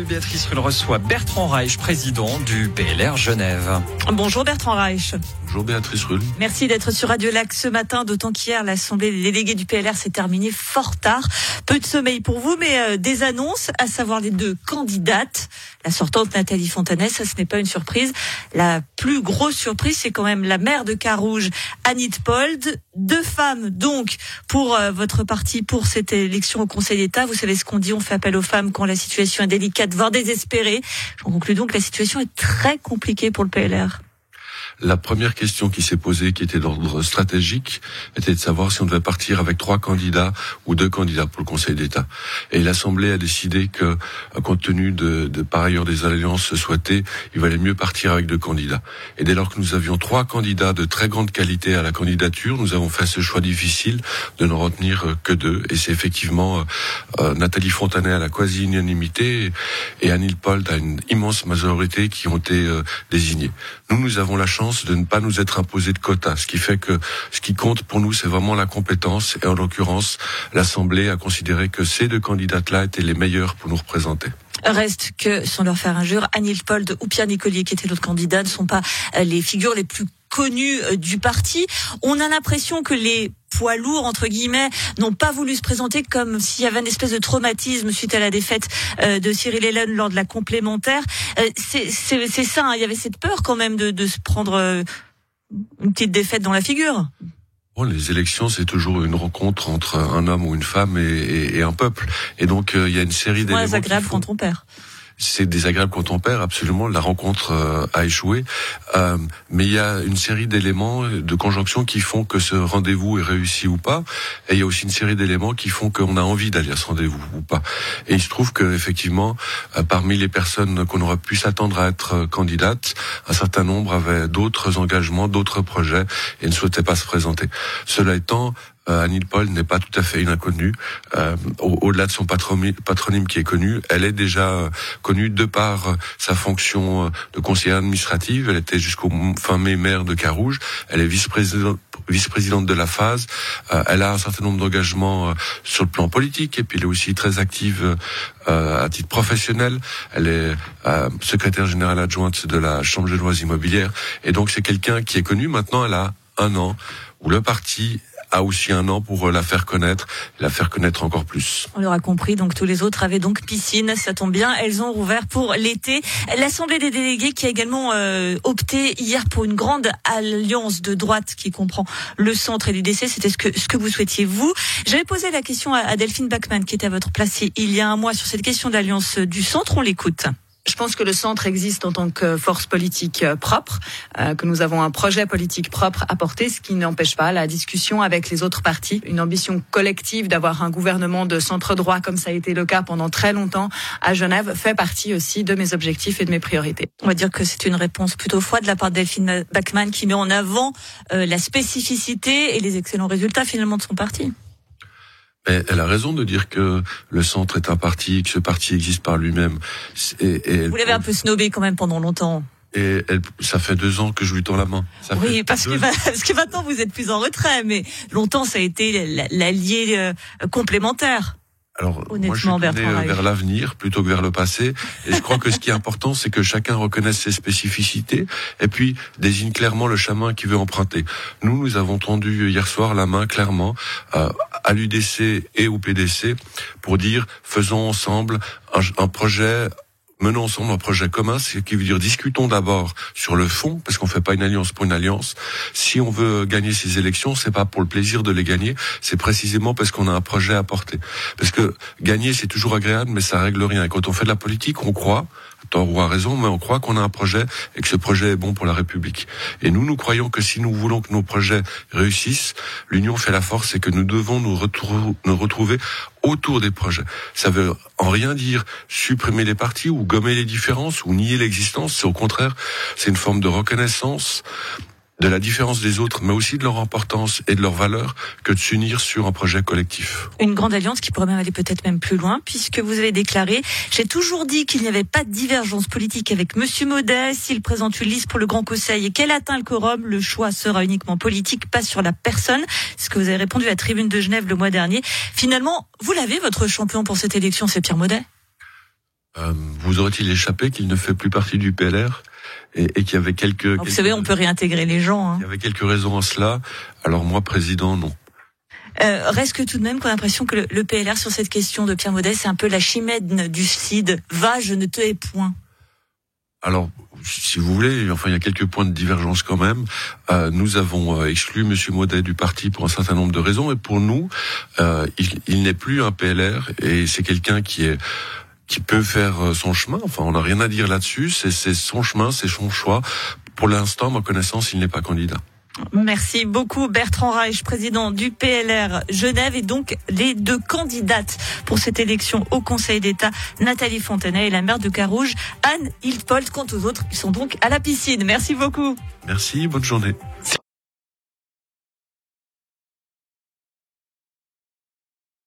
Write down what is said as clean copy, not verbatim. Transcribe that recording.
Béatrice Rulle reçoit Bertrand Reich, président du PLR Genève. Bonjour Bertrand Reich. Bonjour Béatrice Rulle. Merci d'être sur Radio Lac ce matin, d'autant qu'hier l'Assemblée des délégués du PLR s'est terminée fort tard. Peu de sommeil pour vous, mais des annonces, à savoir les deux candidates. La sortante Nathalie Fontanet, ça ce n'est pas une surprise. La plus grosse surprise, c'est quand même la maire de Carouge, Anne Hidebold. Deux femmes donc pour votre parti, pour cette élection au Conseil d'État. Vous savez ce qu'on dit, on fait appel aux femmes quand la situation est délicate, voire désespérée. J'en conclus donc que la situation est très compliquée pour le PLR. La première question qui s'est posée, qui était d'ordre stratégique, était de savoir si on devait partir avec 3 candidats ou 2 candidats pour le Conseil d'État. Et l'Assemblée a décidé que, compte tenu de par ailleurs des alliances souhaitées, il valait mieux partir avec 2 candidats. Et dès lors que nous avions 3 candidats de très grande qualité à la candidature, nous avons fait ce choix difficile de ne retenir que 2. Et c'est effectivement Nathalie Fontanet à la quasi-unanimité et Anne Hidebold à une immense majorité qui ont été désignés. Nous avons la chance de ne pas nous être imposé de quotas, ce qui fait que ce qui compte pour nous, c'est vraiment la compétence. Et en l'occurrence, l'Assemblée a considéré que ces 2 candidates-là étaient les meilleures pour nous représenter. Reste que, sans leur faire injure, Anne Hidebold ou Pierre Nicolier, qui étaient l'autre candidat, ne sont pas les figures les plus connues du parti. On a l'impression que les poids lourds, entre guillemets, n'ont pas voulu se présenter, comme s'il y avait une espèce de traumatisme suite à la défaite de Cyril Hélène lors de la complémentaire. C'est ça, hein, il y avait cette peur quand même de se prendre une petite défaite dans la figure. Bon, les élections, c'est toujours une rencontre entre un homme ou une femme et un peuple. Et donc, il y a une série d'éléments. C'est désagréable quand on perd. C'est désagréable quand on perd, absolument. La rencontre a échoué. Mais il y a une série d'éléments, de conjonctions qui font que ce rendez-vous est réussi ou pas. Et il y a aussi une série d'éléments qui font qu'on a envie d'aller à ce rendez-vous ou pas. Et il se trouve que, effectivement, parmi les personnes qu'on aurait pu s'attendre à être candidates, un certain nombre avaient d'autres engagements, d'autres projets et ne souhaitaient pas se présenter. Cela étant, Anne Hidebold n'est pas tout à fait une inconnue. Au-delà de son patronyme qui est connu, elle est déjà connue de par sa fonction de conseillère administrative. Elle était jusqu'au fin mai maire de Carouge. Elle est vice-présidente de la phase. Elle a un certain nombre d'engagements sur le plan politique et puis elle est aussi très active à titre professionnel. Elle est secrétaire générale adjointe de la Chambre genevoise immobilière. Et donc c'est quelqu'un qui est connu. Maintenant, elle a 1 an où le parti a aussi 1 an pour la faire connaître encore plus. On l'aura compris, donc tous les autres avaient donc piscine, ça tombe bien, elles ont rouvert pour l'été. L'Assemblée des délégués qui a également opté hier pour une grande alliance de droite qui comprend le centre et l'UDC, c'était ce que vous souhaitiez vous. J'avais posé la question à Delphine Bachmann qui était à votre place il y a 1 mois sur cette question d'alliance du centre, on l'écoute. Je pense que le centre existe en tant que force politique propre, que nous avons un projet politique propre à porter, ce qui n'empêche pas la discussion avec les autres partis. Une ambition collective d'avoir un gouvernement de centre-droit, comme ça a été le cas pendant très longtemps à Genève, fait partie aussi de mes objectifs et de mes priorités. On va dire que c'est une réponse plutôt froide de la part de Delphine Bachmann qui met en avant la spécificité et les excellents résultats finalement de son parti. Elle a raison de dire que le centre est un parti, que ce parti existe par lui-même. Vous l'avez un peu snobé quand même pendant longtemps. Et ça fait 2 ans que je lui tends la main. Oui, parce que maintenant vous êtes plus en retrait, mais longtemps ça a été l'allié complémentaire. Alors, moi, je suis tourné vers l'avenir plutôt que vers le passé. Et je crois que ce qui est important, c'est que chacun reconnaisse ses spécificités et puis désigne clairement le chemin qu'il veut emprunter. Nous avons tendu hier soir la main clairement à l'UDC et au PDC pour dire faisons ensemble un projet. Menons ensemble un projet commun, ce qui veut dire discutons d'abord sur le fond, parce qu'on fait pas une alliance pour une alliance. Si on veut gagner ces élections, c'est pas pour le plaisir de les gagner, c'est précisément parce qu'on a un projet à porter. Parce que gagner, c'est toujours agréable, mais ça règle rien. Et quand on fait de la politique, on croit, à tort ou à raison, mais on croit qu'on a un projet et que ce projet est bon pour la République. Et nous croyons que si nous voulons que nos projets réussissent, l'union fait la force et que nous devons nous retrouver autour des projets. Ça veut en rien dire supprimer les partis ou gommer les différences ou nier l'existence. C'est au contraire, c'est une forme de reconnaissance de la différence des autres, mais aussi de leur importance et de leur valeur, que de s'unir sur un projet collectif. Une grande alliance qui pourrait même aller peut-être même plus loin, puisque vous avez déclaré « J'ai toujours dit qu'il n'y avait pas de divergence politique avec Monsieur Maudet. S'il présente une liste pour le Grand Conseil et qu'elle atteint le quorum, le choix sera uniquement politique, pas sur la personne. » C'est ce que vous avez répondu à la Tribune de Genève le mois dernier. Finalement, vous l'avez, votre champion pour cette élection, c'est Pierre Maudet ? Vous aurait-il échappé qu'il ne fait plus partie du PLR et qu'il y avait vous savez, on peut réintégrer les gens. Il y avait quelques raisons à cela. Alors moi, président, non. Reste que tout de même qu'on a l'impression que le PLR sur cette question de Pierre Maudet, c'est un peu la chimène du CID. Va, je ne te hais point. Alors, si vous voulez, enfin, il y a quelques points de divergence quand même. Nous avons exclu M. Maudet du parti pour un certain nombre de raisons. Et pour nous, il n'est plus un PLR et c'est quelqu'un qui peut faire son chemin. Enfin, on n'a rien à dire là-dessus. C'est son chemin, c'est son choix. Pour l'instant, à ma connaissance, il n'est pas candidat. Merci beaucoup Bertrand Reich, président du PLR Genève, et donc les deux candidates pour cette élection au Conseil d'État, Nathalie Fontenay et la maire de Carouge, Anne Hiltpold. Quant aux autres, ils sont donc à la piscine. Merci beaucoup. Merci, bonne journée.